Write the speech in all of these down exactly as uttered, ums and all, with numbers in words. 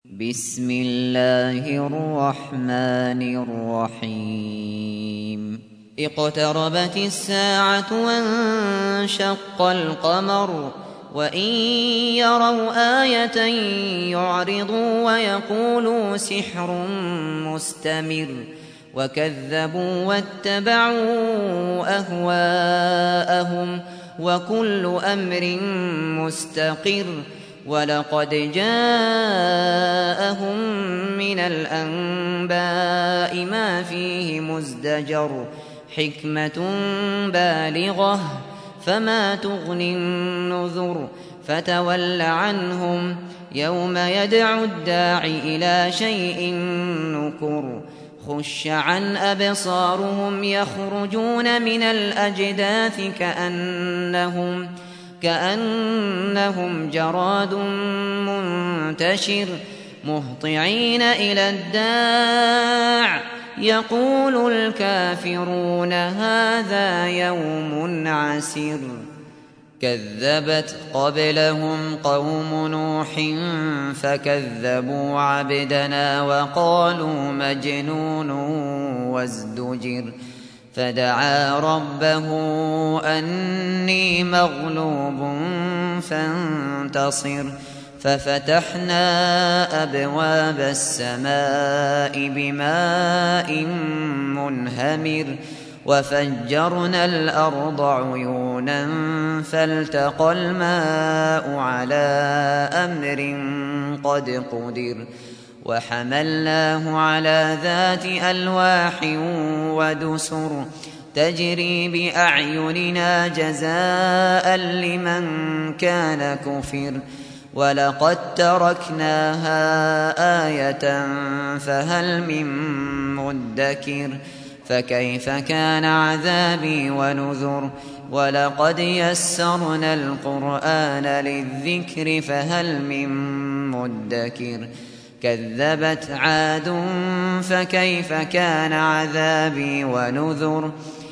بسم الله الرحمن الرحيم اقتربت الساعة وانشق القمر وإن يروا آية يعرضوا ويقولوا سحر مستمر وكذبوا واتبعوا أهواءهم وكل أمر مستقر ولقد جاءهم من الأنباء ما فيه مزدجر حكمة بالغة فما تغني النذر فتول عنهم يوم يدعو الداع إلى شيء نكر خش عن أبصارهم يخرجون من الأجداث كأنهم كأنهم جراد منتشر مهطعين إلى الداع يقول الكافرون هذا يوم عسر كذبت قبلهم قوم نوح فكذبوا عبدنا وقالوا مجنون وازدجر فدعا ربه أني مغلوب فانتصر ففتحنا أبواب السماء بماء منهمر وفجرنا الأرض عيونا فالتقى الماء على أمر قد قدر وحملناه على ذات ألواح ودسر تجري بأعيننا جزاء لمن كان كفر ولقد تركناها آية فهل من مدكر فكيف كان عذابي ونذر ولقد يسرنا القرآن للذكر فهل من مدكر كذبت عاد فكيف كان عذابي ونذر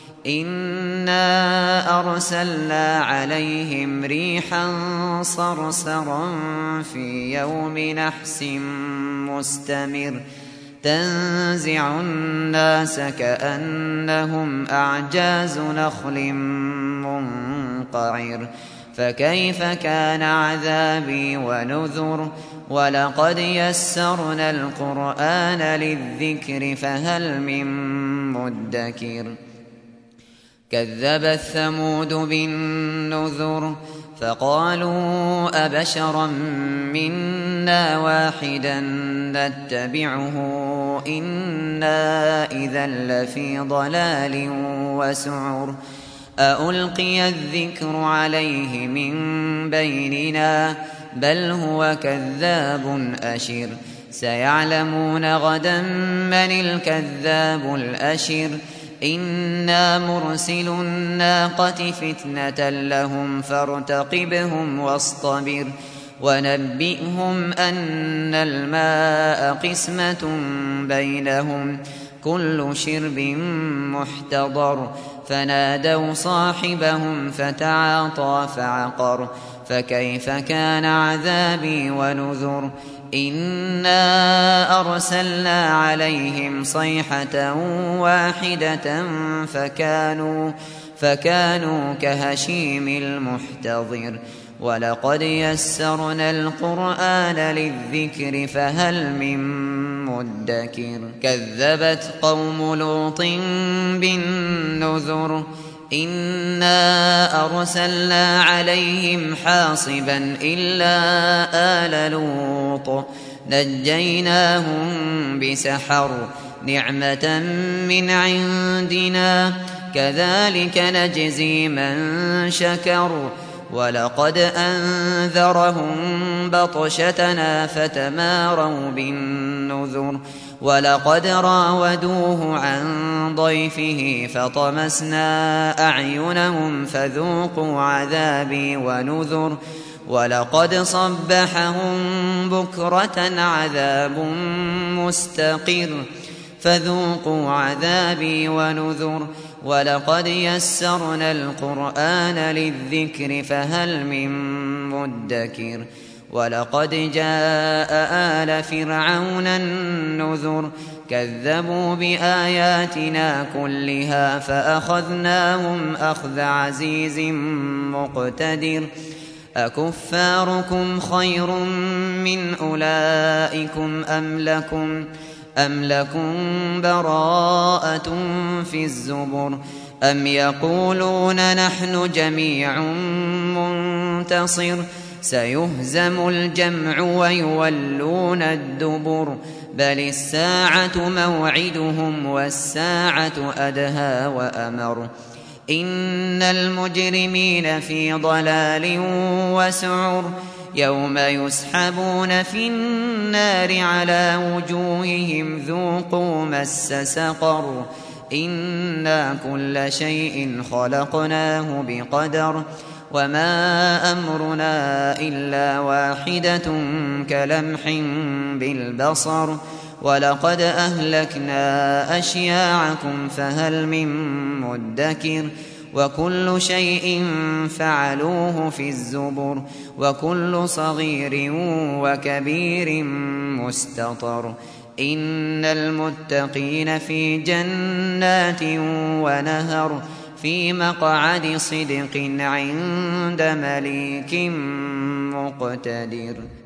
إنا أرسلنا عليهم ريحا صرصرا في يوم نحس مستمر تنزع الناس كأنهم أعجاز نخل منقعر فكيف كان عذابي ونذر ولقد يسرنا القرآن للذكر فهل من مدكر كذبت ثمود بالنذر فقالوا أبشرا منا واحدا نتبعه إنا إذا لفي ضلال وسعر أألقي الذكر عليه من بيننا بل هو كذاب أشر سيعلمون غدا من الكذاب الأشر إنا مرسل الناقة فتنة لهم فارتقبهم واصطبر ونبئهم أن الماء قسمة بينهم كل شرب محتضر فنادوا صاحبهم فتعاطى فعقر فكيف كان عذابي ونذر إنا أرسلنا عليهم صيحة واحدة فكانوا, فكانوا كهشيم المحتضر ولقد يسرنا القرآن للذكر فهل من مدكر كذبت قوم لوط بالنذر إنا أرسلنا عليهم حاصبا إلا آل لوط نجيناهم بسحر نعمة من عندنا كذلك نجزي من شكر ولقد أنذرهم بطشتنا فتماروا بالنذر ولقد راودوه عن ضيفه فطمسنا أعينهم فذوقوا عذابي ونذر ولقد صبحهم بكرة عذاب مستقر فذوقوا عذابي ونذر ولقد يسرنا القرآن للذكر فهل من مدكر ولقد جاء آل فرعون النذر كذبوا بآياتنا كلها فأخذناهم أخذ عزيز مقتدر أكفاركم خير من أولئكم أم لكم أم لكم براءة في الزبر أم يقولون نحن جميع منتصر سيهزم الجمع ويولون الدبر بل الساعة موعدهم والساعة أدهى وأمر إن المجرمين في ضلال وسعر يوم يسحبون في النار على وجوههم ذوقوا مس سقر إنا كل شيء خلقناه بقدر وما أمرنا إلا واحدة كلمح بالبصر ولقد أهلكنا أشياعكم فهل من مدكر وكل شيء فعلوه في الزبر وكل صغير وكبير مستطر إن المتقين في جنات ونهر في مقعد صدق عند مليك مقتدر.